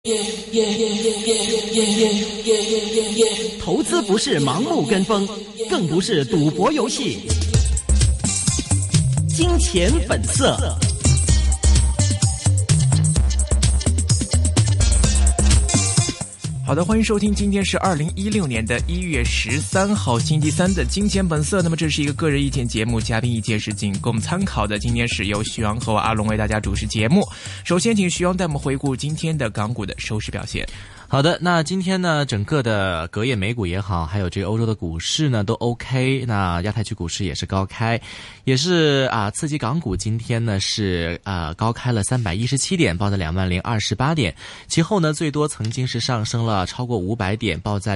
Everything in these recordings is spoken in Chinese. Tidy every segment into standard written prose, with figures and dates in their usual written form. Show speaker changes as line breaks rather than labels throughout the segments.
投资不是盲目跟风，更不是赌博游戏。金钱本色。
好的，欢迎收听，今天是2016年的1月13号星期三的金钱本色。那么这是一个个人意见节目，嘉宾意见是仅供参考的。今天是由徐阳和我阿龙为大家主持节目。首先请徐阳带我们回顾今天的港股的收市表现。
好的，那今天呢，整个的隔夜美股也好，还有这个欧洲的股市呢都 OK， 那亚太区股市也是高开，也是刺激港股今天呢是高开了317点，报在20028点，其后呢最多曾经是上升了超过500点，报在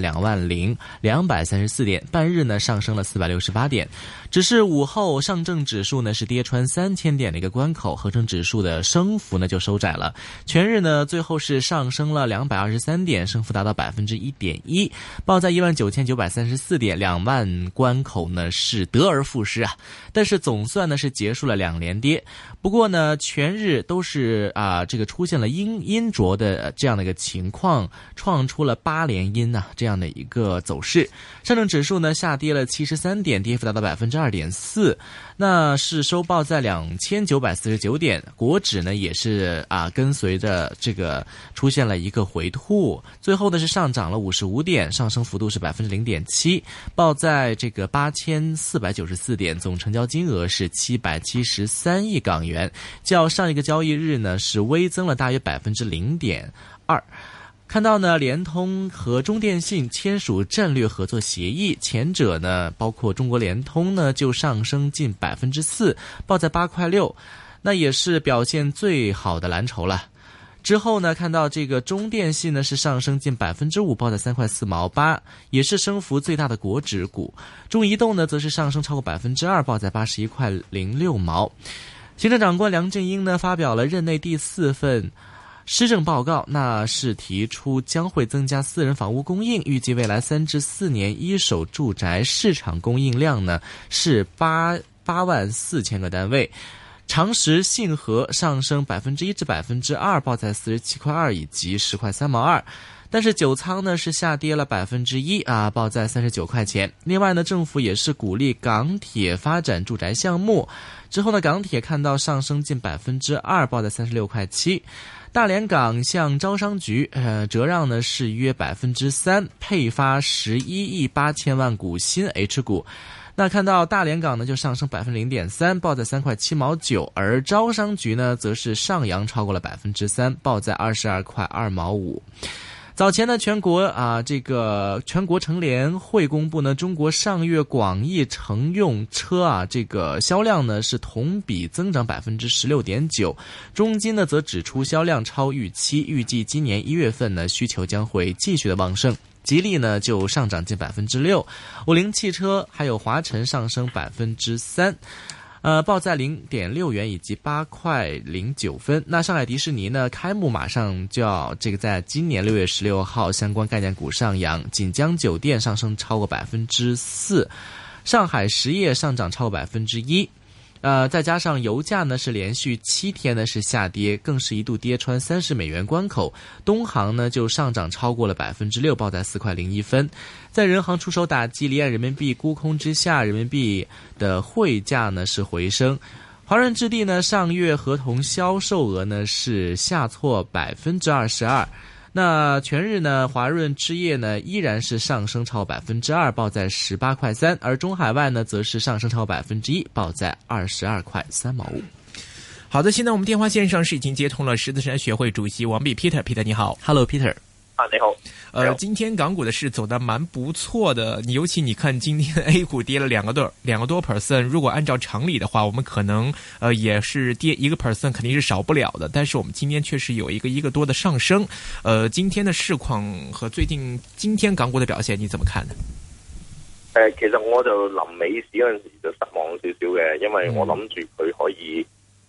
20234点，半日呢上升了468点，只是午后上证指数呢是跌穿3000点的一个关口，恒生指数的升幅呢就收窄了，全日呢最后是上升了223点，升幅达到 1.1%， 报在19934点，2万关口呢是得而复失啊，但是总算呢是结束了2连跌。不过呢全日都是这个出现了阴浊的这样的一个情况，创出了8连阴这样的一个走势。上证指数呢下跌了73点，跌幅达到 2.4%， 那是收报在2949点。国指呢也是跟随着这个出现了一个回吐，最后呢是上涨了55点，上升幅度是 0.7%， 报在这个8494点，总成交金额是773亿港元，较上一个交易日呢是微增了大约 0.2%。看到呢，联通和中电信签署战略合作协议，前者呢包括中国联通呢就上升近 4%， 报在8.6块，那也是表现最好的蓝筹了。之后呢，看到这个中电信呢是上升近 5%， 报在3.4块8，也是升幅最大的国指股。中移动呢则是上升超过 2%， 报在81.06块。行政长官梁振英呢发表了任内第4份施政报告，那是提出将会增加私人房屋供应，预计未来3至4年一手住宅市场供应量呢是8万4千个单位。长实信和上升 1% 至 2%， 报在47.2块以及10.3块。但是九仓呢是下跌了 1%， 报在39块钱。另外呢，政府也是鼓励港铁发展住宅项目，之后呢，港铁看到上升近 2%， 报在36.7块。大连港向招商局折让呢是约 3%， 配发11亿8千万股新 H 股。那看到大连港呢就上升 0.3%， 报在3.7块，而招商局呢则是上扬超过了 3%， 报在22.2块。早前呢，全国全国乘联会公布呢，中国上月广义乘用车这个销量呢是同比增长 16.9%， 中金呢则指出销量超预期，预计今年1月份呢需求将会继续的旺盛。吉利呢就上涨近 6%， 五菱汽车还有华晨上升 3%，报在0.6元以及8.09块。那上海迪士尼呢开幕马上就要在今年6月16号相关概念股上扬，锦江酒店上升超过 4%， 上海实业上涨超过 1%。再加上油价呢是连续7天呢是下跌，更是一度跌穿30美元关口。东航呢就上涨超过了 6%， 报在4.01块。在人行出手打击离岸人民币沽空之下，人民币的汇价呢是回升。华润置地呢上月合同销售额呢是下挫 22%。那全日呢，华润置业呢依然是上升超过 2%， 报在18.3块，而中海外呢则是上升超过 1%， 报在22.3块3毛5。
好的，现在我们电话线上是已经接通了狮子山学会主席王弼 Peter 你好。
Hello Peter。
你好。
今天港股的市走得蛮不错的，尤其你看今天 A 股跌了2个多 percent， 如果按照常理的话，我们可能也是跌1%肯定是少不了的，但是我们今天确实有一个多的上升。今天的市况和今天港股的表现你怎么看呢？
其實我就臨尾市嗰陣時就失望少少嘅，因為我諗住佢可以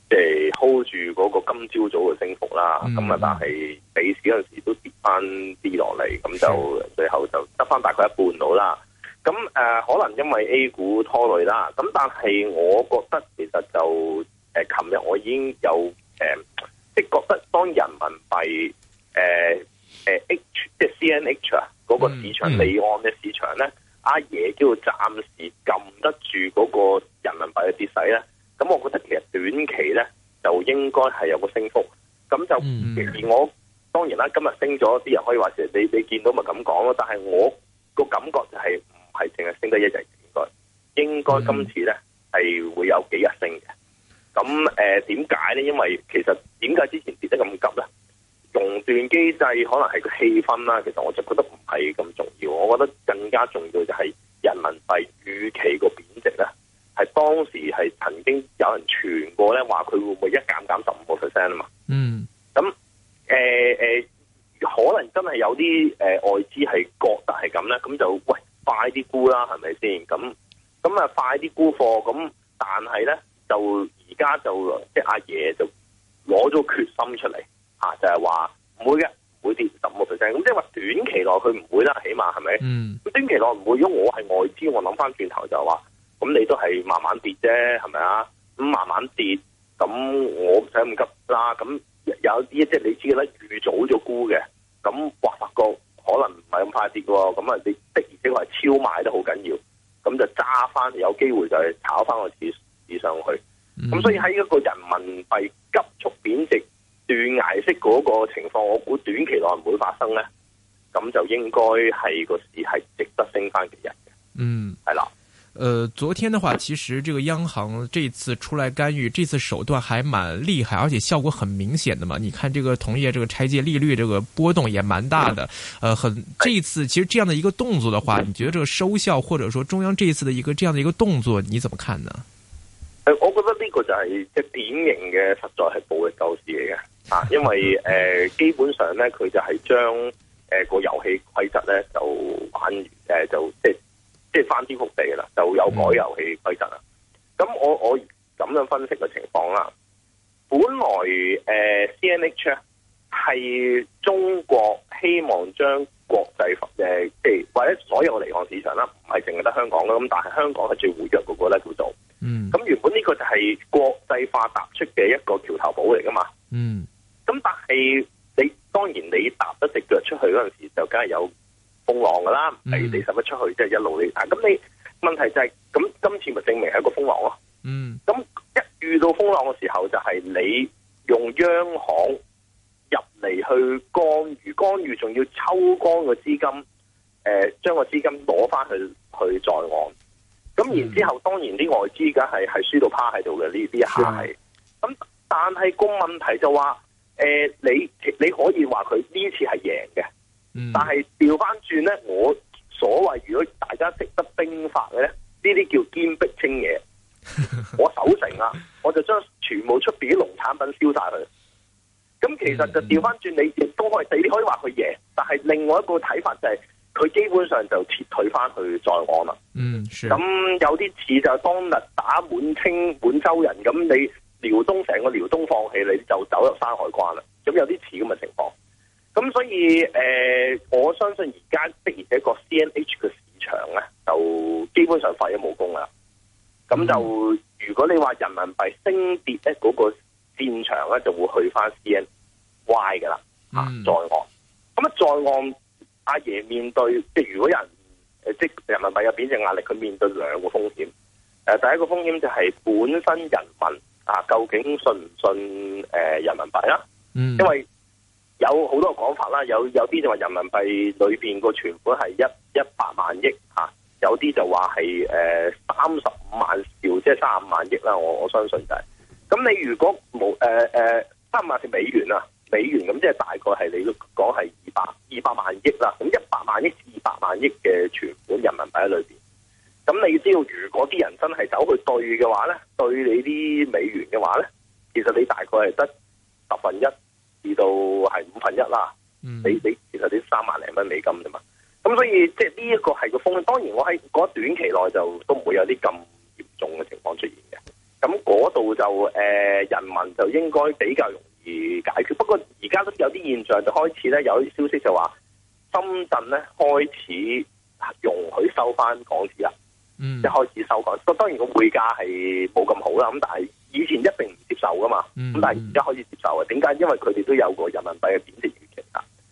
hold 住嗰個今朝早嘅升幅啦，咁但係尾市嗰陣時都跌翻啲落嚟，咁就最後就得翻大概一半到啦。咁可能因為 A 股拖累啦，咁但係我覺得其實就琴日我已經有即係覺得當人民幣 H 即係 CNH 啊嗰個市場離岸嘅市場咧，阿爺叫做暫時撳得住嗰個人民幣嘅跌勢咧，咁我覺得其實短期咧就應該係有個升幅，咁就而我當然啦，今日升咗，啲人可以話你見到咪咁講咯，但係我個感覺就係唔係淨係升得一日，應該今次咧係會有幾日升嘅。咁點解咧？因為其實點解之前跌得咁急咧？熔斷機制可能係個氣氛啦，其實我就覺得唔係咁重要。我覺得更加重要就係人民幣預期個貶值咧，係當時係曾經有人傳過咧，話佢會唔會一減15% 啊嘛。咁可能真係有啲外資係覺得係咁咧，咁就喂快啲沽啦，係咪先？咁啊快啲沽貨，咁但係咧就而家就即係阿爺就攞咗決心出嚟。就係話唔會嘅，唔會跌15%。咁即係話短期內佢唔會啦，起碼係咪？咁短期內唔會。如果我係外資，我諗翻轉頭就係話，咁你都係慢慢跌啫，係咪啊？咁慢慢跌，咁我唔使咁急啦。咁有啲即係你知啦，預早咗沽嘅，咁哇發覺可能唔係咁快跌嘅喎。咁啊，你的而且確係超買得好緊要，咁就揸翻，有機會就係炒翻個市上去。咁所以喺一個人民幣急速貶值斷崖式嗰個情況，我估短期內唔會發生咧，咁就應該係個市係值得升翻幾日嘅。係啦。
昨天的話，其實這個央行這次出來干預，這次手段還蠻厲害，而且效果很明顯的嘛。你看這個同業這個拆借利率這個波動也蠻大的。這一次其實這樣的一個動作的話，你覺得這個收效，或者說中央這一次的一個這樣的一個動作，你怎麼看呢？
我覺得呢個就係即係典型嘅，實在係暴力救市嚟嘅。因為基本上咧，佢就係將個遊戲規則咧就玩就即係翻天覆地啦，就有改遊戲規則啦。咁我咁樣分析嘅情況啦，本來CNH 係中國希望將國際即係或者所有離岸市場啦，唔係淨係得香港啦。咁但係香港係最活躍嗰個咧叫做。咁原本呢個就係國際化踏出嘅一個橋頭堡嚟噶嘛。咁但係你當然你踏得隻腳出去嗰陣時，就梗係有風浪噶啦。你使乜出去即係一路你咁你問題就係咁，今次咪證明係一個風浪咯。咁一遇到風浪嘅時候，就係你用央行入嚟去干預仲要抽乾個資金，將個資金攞翻去在岸。咁然之後，當然啲外資梗係輸到趴喺度嘅，呢一下係。咁但係個問題就話，你可以話佢呢次係贏嘅，但係調翻轉咧，我所謂如果大家識得兵法嘅咧，呢啲叫堅壁清野。我守城啦，我就將全部出邊啲農產品燒晒佢。咁其實就調翻轉，你亦都可以話佢贏，但係另外一個睇法就係。佢基本上就撤退翻去在岸啦。咁有啲似就當日打滿清滿洲人，咁你遼東成個遼東放棄，你就走入山海關啦。咁有啲似咁嘅情況。咁所以我相信而家的而且確 CNH 嘅市場咧，就基本上廢咗武功啦。咁就如果你話人民幣升跌咧，嗰個戰場咧就會去翻 CNY 噶啦。在岸。咁在岸。阿爺面對即係如果有人即係人民幣有貶值壓力，佢面對兩個風險。第一個風險就係本身人民究竟信唔信人民幣啦？因為有好多個講法啦，有啲就話人民幣裏邊個存款係100萬億有啲就話係35萬兆，即係35萬億啦。我相信就係。咁你如果冇35萬係美元啊？美元咁即係大概係你都講係200萬億啦，咁100萬億至200萬億嘅存款人民幣喺裏邊。咁你知道如果啲人真係走去兌嘅話咧，兌你啲美元嘅話咧，其實你大概係得1/10至到係1/5啦。你其實你3萬零蚊美金啫嘛。咁所以即係呢一個係個風險。當然我喺嗰短期內就都唔會有啲咁嚴重嘅情況出現嘅。咁嗰度就人民就應該比較容易解決。不過而家都有啲現象就開始咧，有啲消息就話深圳咧開始容許收翻港紙啦，即係開始收港。當然個匯價係冇咁好啦，咁但係以前一定唔接受噶嘛，咁但係而家開始接受啊？點解？因為佢哋都有個人民幣嘅貶值預期啊。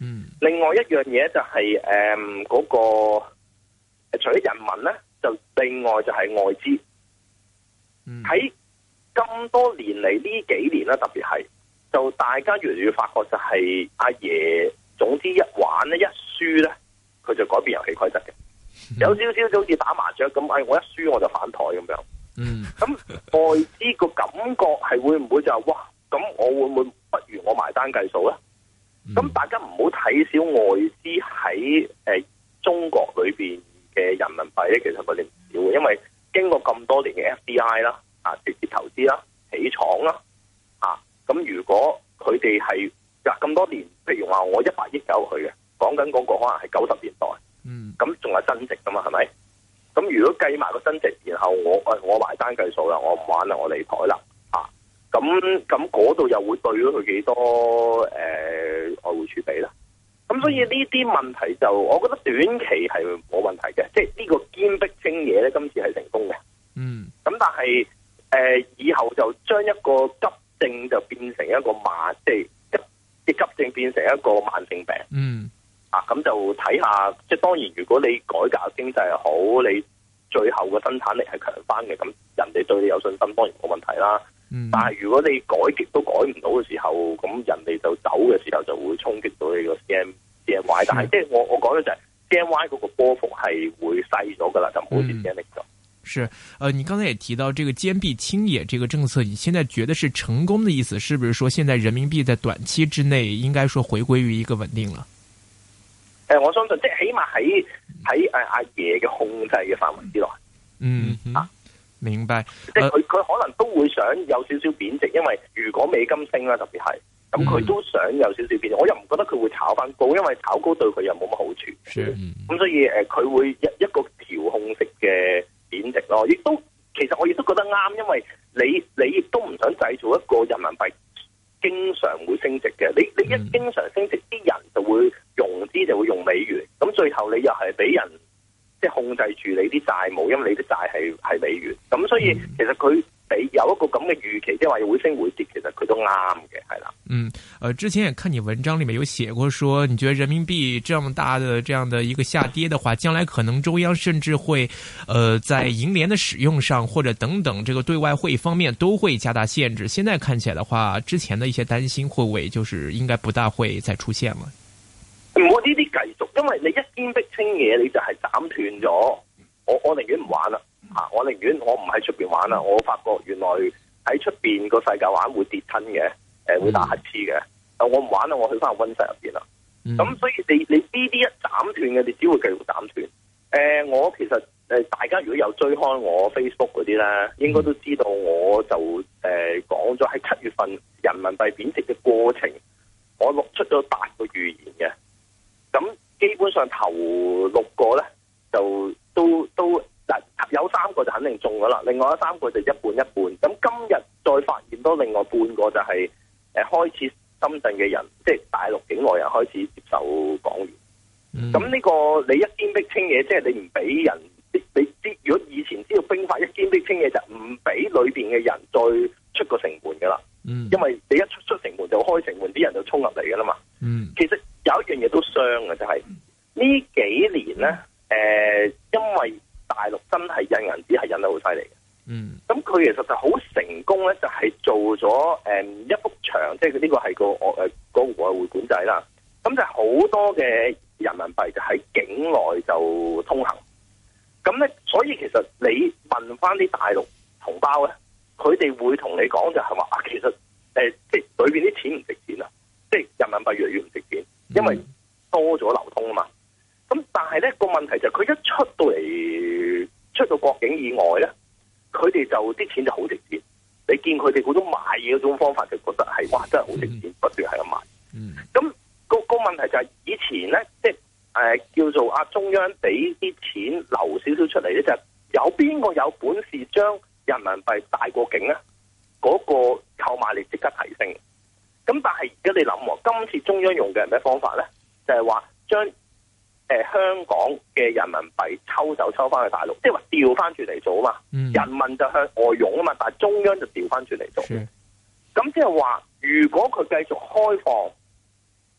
另外一樣嘢就係嗰個除咗人民咧，就另外就係外資。喺咁多年嚟呢幾年啦，特別係就大家越嚟越發覺就係阿爺，總之一玩咧一輸咧，佢就改變遊戲規則嘅。有少少就好似打麻雀咁，我一輸我就反台咁樣。咁外資個感覺係會唔會就係哇？咁我會唔會不如我埋單計數咧？咁大家唔好睇小外資喺中國裏邊嘅人民幣咧，其實佢哋唔少嘅，因為經過咁多年嘅 FDI 啦，直接投資啦，起廠啦，咁如果佢哋係咁多年，譬如話我100億走去嘅，講緊嗰個可能係90年代，咁仲係增值噶嘛，係咪？咁如果計埋個增值，然後我埋單計數啦，我唔玩啦，我離台啦，咁嗰度又會對咗佢幾多外匯儲備啦？咁所以呢啲問題就，我覺得短期係冇問題嘅，即係呢個堅壁清野咧，今次係成功嘅。咁但係以後就將一個急症就變成一個慢，即係急症變成一個慢性病。咁就睇下，即係當然，如果你改革經濟又好，你最後個生產力係強翻嘅，咁人哋對你有信心，當然冇問題啦。但係如果你改極都改唔到嘅時候，咁人哋就走嘅時候就會衝擊到你個 CNY。但係即係我講嘅就係 CNY 嗰個波幅係會細咗噶啦，就唔好似 CNY 咗。
是，你剛才也提到這個堅壁清野這個政策，你現在覺得是成功的意思，是不是說現在人民幣在短期之內應該說回歸於一個穩定了？
我相信即係起碼喺阿爺嘅控制嘅範圍之內。
明白。
即係佢可能都會想有少少貶值，因為如果美金升啦，特別係咁，佢都想有少少貶值。我又唔覺得佢會炒翻高，因為炒高對佢又冇乜好處。咁所以佢會一個調控式嘅貶值咯。亦都其實我亦都覺得啱，因為你亦都唔想製造一個人民幣經常會升值嘅。你一經常升值，啲人就會融資就會用美元，咁最後你又係俾人即係控制住你啲債務，因為你啲債係美元，咁所以其實佢俾有一個咁嘅預期，即係話會升會跌，其實佢都啱嘅，係啦。
之前也看你文章裏面有寫過說，你覺得人民幣這麼大的這樣的一個下跌的話，將來可能中央甚至會在銀聯的使用上或者等等這個對外匯方面都會加大限制。現在看起來的話，之前的一些擔心會唔會就是應該不大會再出現了？
唔好呢啲繼續，因為你一堅壁清野，你就係斬斷咗。我寧願唔玩啦，我寧願我唔喺出邊玩啦。我發覺原來喺出邊個世界玩會跌親嘅，會打乞嗤嘅。我唔玩啦，我去翻個溫室入邊啦。咁所以你呢啲一斬斷嘅，你只會繼續斬斷。我其實大家如果有追開我 Facebook 嗰啲咧，應該都知道我就講咗喺7月份人民幣貶值嘅過程，我錄出咗8個預言嘅。咁基本上頭6個咧就都有3個就肯定中咗啦，另外3個就一半一半。咁今日再發現多另外半個就係開始深圳嘅人，即係大陸境外人開始接受港元。咁呢個你一堅壁清野，即係你唔俾人，你知如果以前知道兵法一堅壁清野就唔俾裏邊嘅人再出個城門噶啦。因為你一出城門就開城門，啲人就衝入嚟噶啦嘛。其實有一樣嘢都傷嘅，就係呢幾年咧，因為大陸真係印銀紙係印得好犀利嘅。咁佢其實就好成功咧，就係做咗一幅牆，即係呢個係個外匯管制啦。咁就好多嘅人民幣就喺境內就通行。咁咧，所以其實你問翻啲大陸同胞咧，佢哋會同你講就係話其實即係裏邊啲錢唔值錢啊，即係人民幣越嚟越唔值錢，因為多咗流通啊嘛。咁但係咧個問題就係佢一出到國境以外咧，佢哋就啲錢就好值錢。你見佢哋嗰種買嘢嗰種方法就覺得係哇真係好值錢，不斷係咁買。咁個問題就係以前咧，即係叫做中央俾啲錢流少少出嚟咧，就係有邊個有本事將人民幣帶過境咧？嗰個購買力即刻提升。咁但係而家你諗，今次中央用嘅係咩方法咧？就係話將香港嘅人民幣抽翻去大陸，即係話調翻轉嚟做啊嘛。人民就向外湧啊嘛，但係中央就調翻轉嚟做。咁即係話，如果佢繼續開放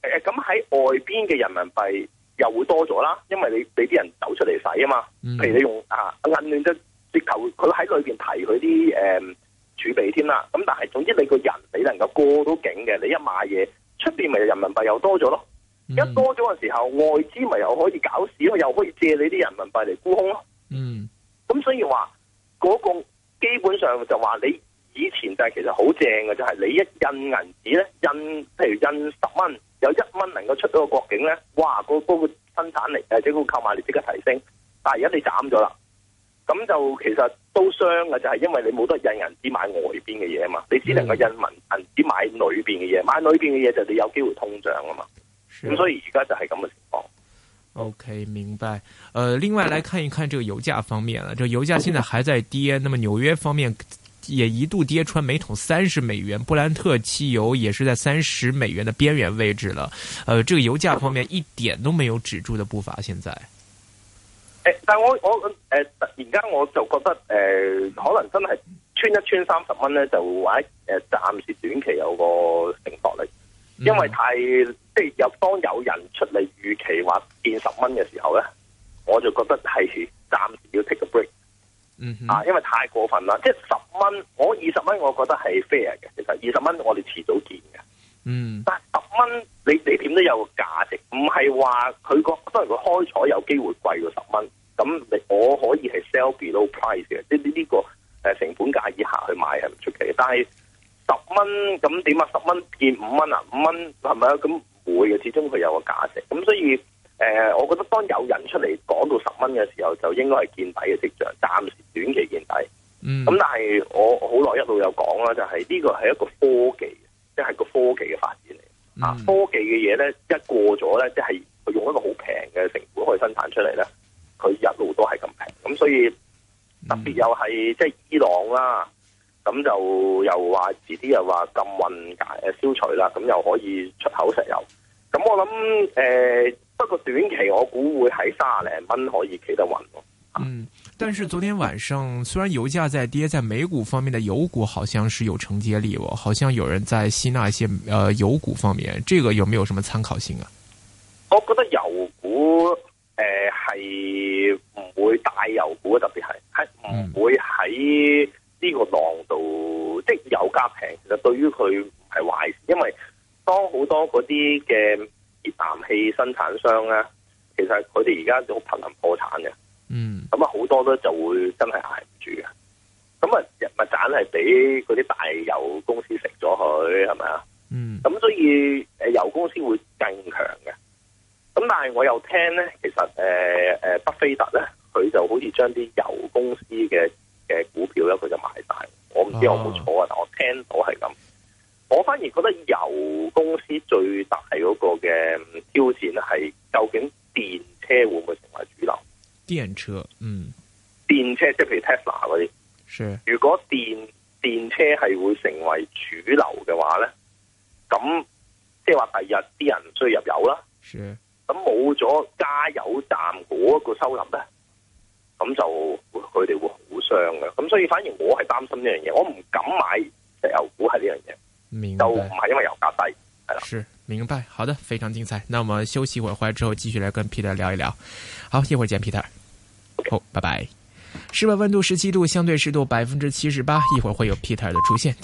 咁喺外邊嘅人民幣又會多咗啦，因為你啲人走出嚟使啊嘛。譬如你用銀聯就直頭佢喺裏邊提佢啲儲備添啦。咁但係總之你個人你能夠過到境嘅，你一買嘢出邊咪人民幣又多咗咯。一多咗嘅時候，外資咪又可以搞市咯，又可以借你啲人民幣嚟沽空咯。咁所以話嗰個基本上就話你以前就係其實好正嘅，就係你一印銀紙咧，譬如印10蚊，有1蚊能夠出到個國境咧，哇！嗰個生產力即係嗰個購買力即刻提升。但係而家你斬咗啦，咁就其實都傷嘅，就係因為你冇得印銀紙買外邊嘅嘢啊嘛，你只能夠印銀紙買裏邊嘅嘢，買裏邊嘅嘢就你有機會通脹啊嘛。咁所以而家就係咁嘅情況。
OK， 明白。另外來看一看這個油價方面了。這個油價現在還在跌，那麼紐約方面也一度跌穿每桶30美元，布蘭特汽油也是在30美元的邊緣位置了。這個油價方面一點都沒有止住的步伐。現在，
但係我突然間我就覺得可能真係穿30蚊咧，就話暫時短期有個承托力。因為即係當有人出嚟預期話見10蚊嘅時候咧，我就覺得係暫時要 take a break。因為太過分啦，即係10蚊，我20蚊我覺得係 fair 嘅，其實20蚊我哋遲早見嘅。但係10蚊你點都有個價值，唔係話佢當然佢開採有機會貴過10蚊，咁我可以係 sell below price 嘅，即係呢個成本價以下去買係唔出奇嘅，但係10蚊咁點啊？10蚊見5蚊啊？5蚊係咪啊？咁唔會嘅，始終佢有個價值。咁所以我覺得當有人出嚟講到10蚊嘅時候，就應該係見底嘅跡象，暫時短期見底。咁但係我好耐一路有講啦，就係呢個係一個科技，即係個科技嘅發展嚟。科技嘅嘢咧，一過咗咧，即係佢用一個好平嘅成本去生產出嚟咧，佢一路都係咁平。咁所以特別又係即係伊朗啦。咁就又話遲啲又話禁運消除啦，咁又可以出口石油。咁我諗不過短期我估會喺30零蚊可以企得穩。
但是昨天晚上雖然油價在跌，在美股方面的油股好像是有承接力喎，好像有人在吸納一些油股方面，這個有沒有什麼參考性啊？
我覺得油股係唔會大油股，特別係唔會喺呢個浪度，即係油價平，其實對於佢唔係壞事，因為當好多嗰啲嘅熱氮氣生產商咧，其實佢哋而家都瀕臨破產嘅。咁啊好多咧就會真係捱唔住嘅。咁啊咪盞係俾嗰啲大油公司食咗佢，係咪啊？咁所以油公司會更強嘅。咁但係我又聽咧，其實巴菲特咧，佢就好似將啲油公司嘅股票咧，佢就買晒。我唔知有冇錯啊，但我聽到係咁。我反而覺得油公司最大嗰個嘅挑戰咧，係究竟電車會唔會成為主流？
電車，
電車即係譬如 Tesla 嗰啲。是。如果電車係會成為主流嘅話咧，咁即係話第日啲人唔需要入油啦。是。咁冇咗加油站嗰個收入咧，咁就佢哋會好傷嘅。咁所以反而我係擔心呢樣嘢，我唔敢買石油股係呢樣嘢。
明白。就唔
係因為油價低，係啦。
是，明白。好的，非常精彩。那我們休息一會兒，回來之後繼續來跟 Peter 聊一聊。好，一會兒見 Peter。好，拜拜。室外溫度17度，相對濕度78%，一會兒會有 Peter 的出現。